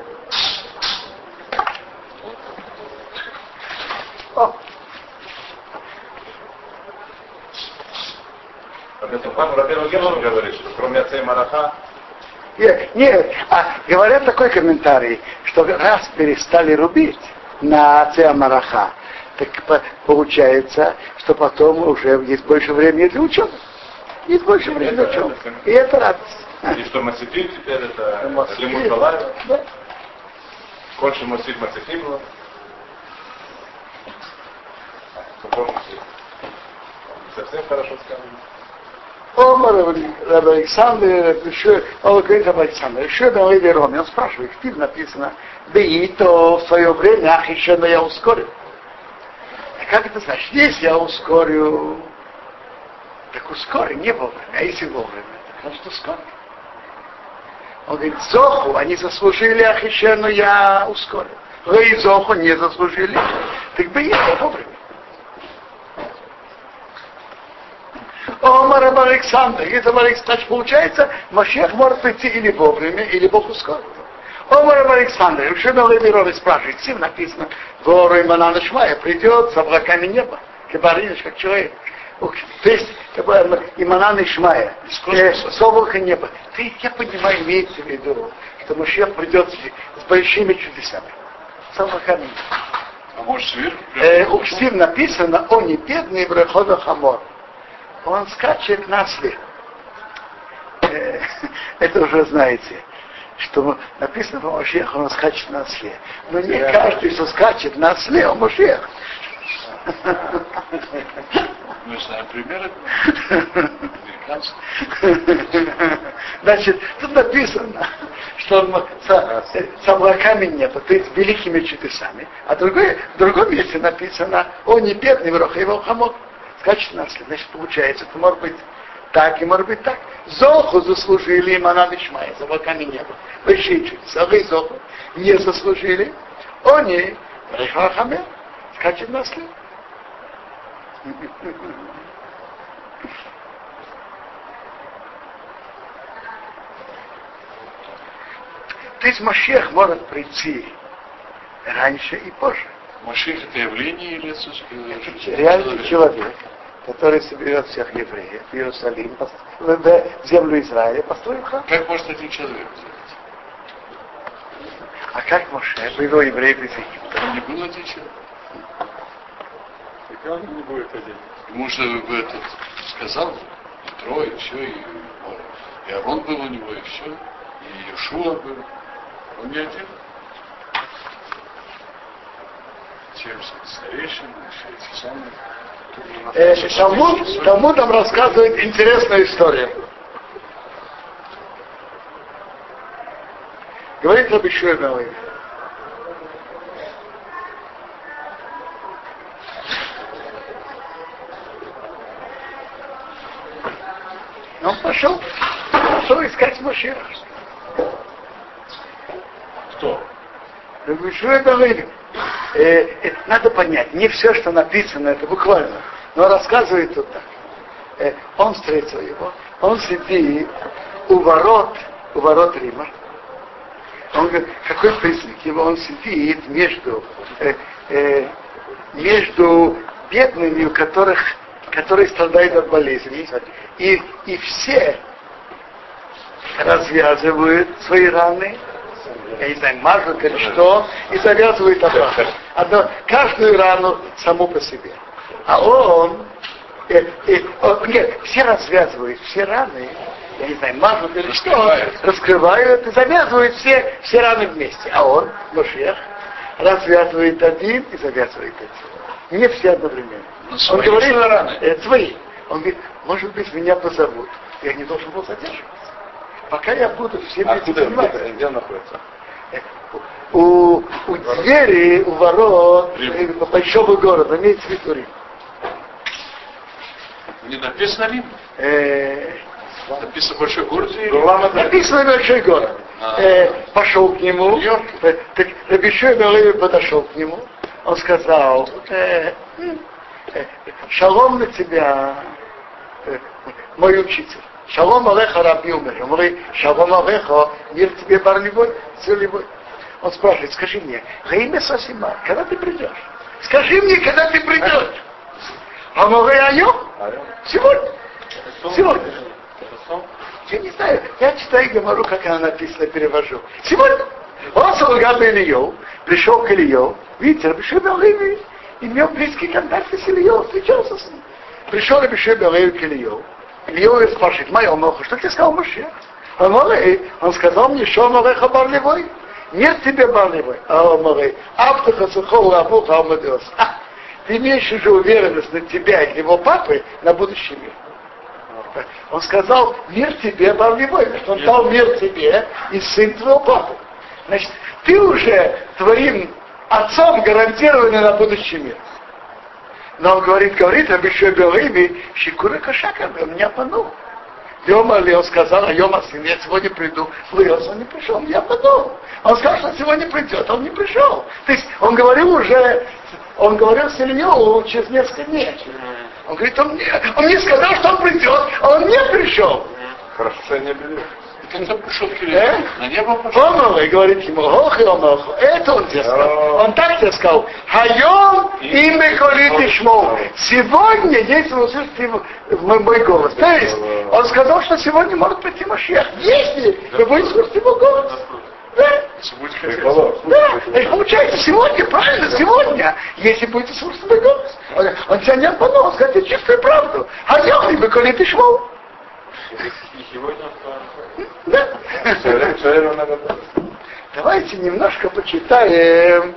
Во-первых, Гершин говорит, что кроме отца и Мараха. Нет, говорят такой комментарий, что раз перестали рубить на отца Мараха, так получается, что потом уже есть больше времени для учебы. Есть больше времени для учебы. И это радость. И что Масифим теперь это Лимут Балай. Больше Масиф Масифим было. Совсем хорошо сказано. Омар Раб Александр, он говорит об Александре, еще на Леви Роме, он спрашивает, в Тиль написано, да и то в свое время, ах, еще но я ускорю. А как это значит? Если я ускорю, так ускорю, не вовремя, а если вовремя, так значит ускорю. Он говорит, Зоху, они заслужили, ах, еще но я ускорю. Вы Зоху не заслужили, так бы я вовремя. Омар Раб Александр. Значит, получается, Машех может прийти или вовремя, или Бог ускорит. Омар Раб Александр. Ушена Левировой спрашивает, всем написано, гору и Манана Шмая придет с облаками неба, кабариниш, как человек. То есть, и Манана Шмая, с облака неба. Я понимаю, имеется в виду, что Машех придет с большими чудесами. С облаками неба. А может сверху? У Ксив написано, он не бедный Брехода Хамор. Он скачет на осле. Это уже знаете, что написано по Машеху, он скачет на осле. Но не каждый, кто скачет на осле, он Машех. Мы знаем примеры американцев. Значит, тут написано, что он с облаками неба, то есть великими чудесами. А в другом месте написано, он не бедный, враг его хамок. Скачет на осле. Значит, получается, это может быть так и может быть так. Зоху заслужили Манан и Шмай, за облаками неба. Большие чудеса. Вы Зоху не заслужили. Они, Рейхахаме, скачет на осле. То есть Машех может прийти раньше и позже. Машех это явление или реальный человек, который соберет всех евреев в Иерусалим, в землю Израиля, построит храм. Как может один человек сделать? А как Моше привел евреев из Египта? Он не был один человек. И он не будет один. Ему же этот сказал, трое, все, и Аарон был у него, и все, и Иешуа был. Он не один. 70 старейшин, все эти самые. Талмуд нам рассказывает интересную историю. Говорит Раби Шуа бен Леви. Он пошел искать Машиаха. Кто? Это надо понять, не все, что написано, это буквально. Но рассказывает тут так. Он встретил его, он сидит у ворот Рима. Он говорит, какой признак его? Он сидит между бедными, которые страдают от болезней, и все развязывают свои раны, я не знаю, мажут или что, и завязывают обратно. Каждую рану саму по себе. А он нет, все развязывают все раны, я не знаю, мажут или что, раскрывают и завязывают все раны вместе. А он, Машиах, развязывает один и завязывает один. Не все одновременно. Он говорит, раны. Свои. Он говорит, может быть, меня позовут. Я не должен был задерживаться. Пока я буду всем этим заниматься. Где он находится? У двери, у ворот большого города, имеется в виду Рим. Не написано Рим? Написано большой город или написано большой город. Пошел к нему, так Раби Шимон Леви подошел к нему, он сказал, шалом на тебя, мой учитель. Шалом алеха Раби Умер. Он говорит, шалом алеха, мир тебе барливой, целевой. Он спрашивает, скажи мне, Хаиме Сосима, когда ты придешь? Скажи мне, когда ты придешь. А он говорит, сегодня. Сегодня. Я не знаю, я читаю Гемару, как она написана, перевожу. Сегодня. Он слуга Ильев, пришел к Илью, видите, Раби Шимон Леви имел близкий контакт с Ильей, встречался с ним. Пришел Раби Шимон Леви к Илью. Илья спрашивает, моя Моха, что тебе сказал Машиах? Он сказал мне, что Малеха барливой? Нет тебе барливой. А он говорит, Автаха Сухова Абуха Амадиос. Ты имеешь уже уверенность на тебя и его папы на будущий мир. Он сказал, мир тебе барливой, потому что он дал мир тебе и сын твоего папы. Значит, ты уже твоим отцом гарантированный на будущий мир. Но он говорит, Раби Шимон Леви, Шикура Кашака, он меня обманул. Йома ли, он сказал, Йома сын, я сегодня приду. Лыос, он не пришел, он меня обманул. Он сказал, что сегодня придет, он не пришел. То есть он говорил с Ильей через несколько дней. Он говорит, он мне сказал, что он придет, а он не пришел. Хорошо, что я не объявил. Когда пришел к Илье? На небо пошел? Он говорит ему, это он тебе сказал. Он так тебе сказал, Хайом имя колит шмол. Сегодня, если вы услышите мой голос. То есть, он сказал, что сегодня может прийти Машиах. Если вы будете слушать его голос. Да. Да, получается, сегодня, правильно, сегодня, если будете слушать мой голос. Он тебя не обманул, он сказал тебе чистую правду. Хайом имя колит шмол. Да. Давайте немножко почитаем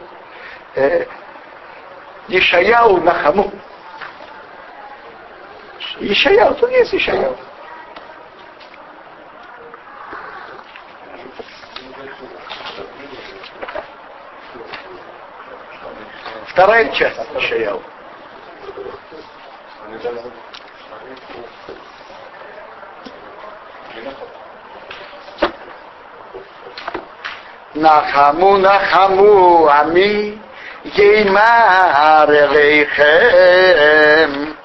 Ишаяу Нахаму. Ишаяу, тут есть Ишаяу. Вторая часть Ишаяу. Нахаму, Нахаму, Ами, Еймар Элейхем.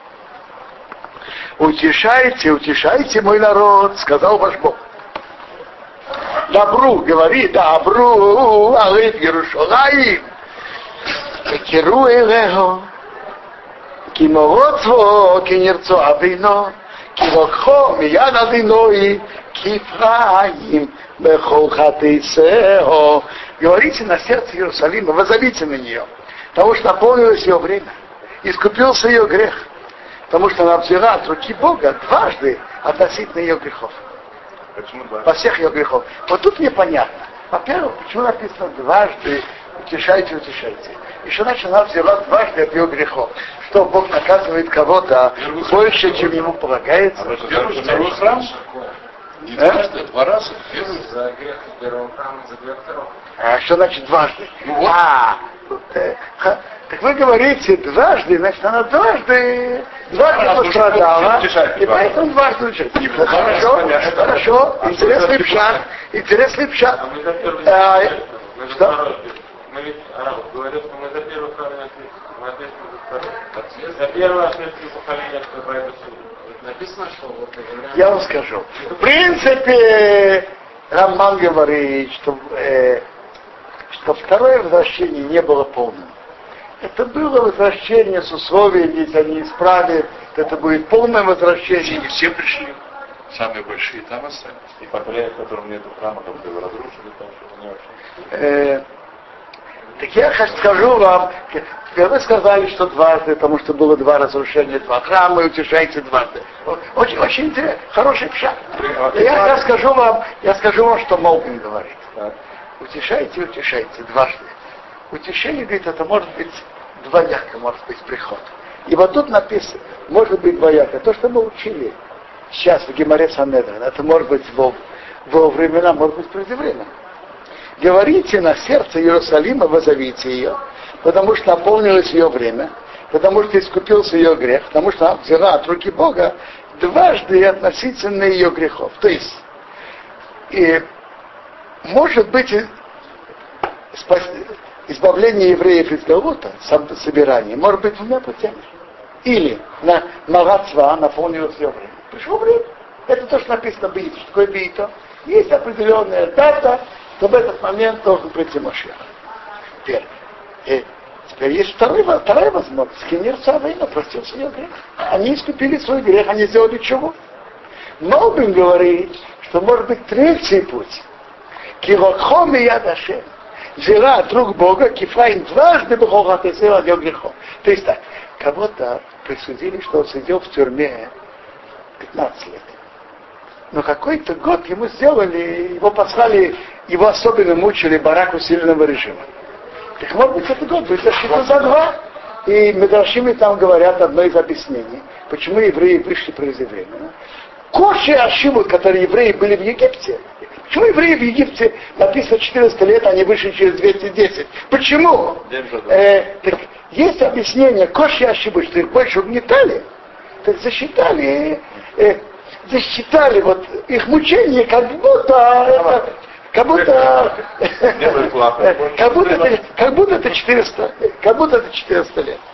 Утешайте, утешайте мой народ, сказал ваш Бог. Добру, говори, добру, алиф Иерушалаим. Киру Элехо, Киморотво, Кинерцо Авино, Кивокхо, Мияд Авиной, Кифраим. Говорите на сердце Иерусалима, воззовите на нее, потому что наполнилось ее время, искупился ее грех, потому что она взяла от руки Бога дважды относительно ее грехов. Почему дважды? Во всех ее грехов. Вот тут непонятно. Во-первых, почему написано дважды утешайте, утешайте. Еще значит, она взяла дважды от ее грехов. Что Бог наказывает кого-то больше, чем ему полагается. Второй храм? Не дважды, а 2 раза. За грех первого храма, за грех второго. А что значит дважды? Ну, вот. Так вы говорите дважды, значит она дважды дважды пострадала, и поэтому дважды учат. Хорошо, интересный пшат. Что? Мы ведь арабов говорят, что мы за первых поколение ответственны за вторых. За первое ответственное поколение, что поэтому написано, что вот я вам скажу. В принципе, Рамбан говорит, что второе возвращение не было полным. Это было возвращение с условием, если они исправят, это будет полное возвращение. Все пришли. Самые большие там остались. И поколение, в котором нет храма, как бы разрушили, там что-то не очень. Так я скажу вам, вы сказали, что дважды, потому что было два разрушения, два храма, и утешайте дважды. Очень, очень интересно, хороший пшат. Я скажу вам, что Молбин говорит. Утешайте дважды. Утешение, говорит, это может быть двояко, может быть приход. И вот тут написано, может быть двояко. То, что мы учили сейчас в Гемаре Санедрин, это может быть во времена, может быть преждевременно. Говорите на сердце Иерусалима, возовите ее, потому что наполнилось ее время, потому что искупился ее грех, потому что она взяла от руки Бога дважды относительно ее грехов. То есть, может быть, избавление евреев из Галута, собирание, может быть двумя путями. Или на Магацва наполнилось ее время. Пришло время. Это то, что написано в Бейто. Что такое Бейто? Есть определенная дата, то в этот момент должен прийти Машиах. Теперь есть вторая возможность. Кинер Цавейна простился ее грех. Они искупили свой грех, они сделали чего? Молбин говорит, что может быть третий путь. Кирокхом и Ядашем. Взяла от рук Бога, кифаин дважды бухохат и сделал ее грехом. То есть так, кого-то присудили, что он сидел в тюрьме 15 лет. Но какой-то год ему сделали, его послали, его особенно мучили барак усиленного режима. Так может быть, этот год будет засчитан за два. И Медрашими там говорят одно из объяснений, почему евреи вышли преждевременно. Коши Ашимут, которые евреи были в Египте, почему евреи в Египте написано 400 лет, они вышли через 210? Почему? Так есть объяснение, Коши Ашимут, что их больше угнетали, так засчитали вот их мучение, как будто это 400 лет.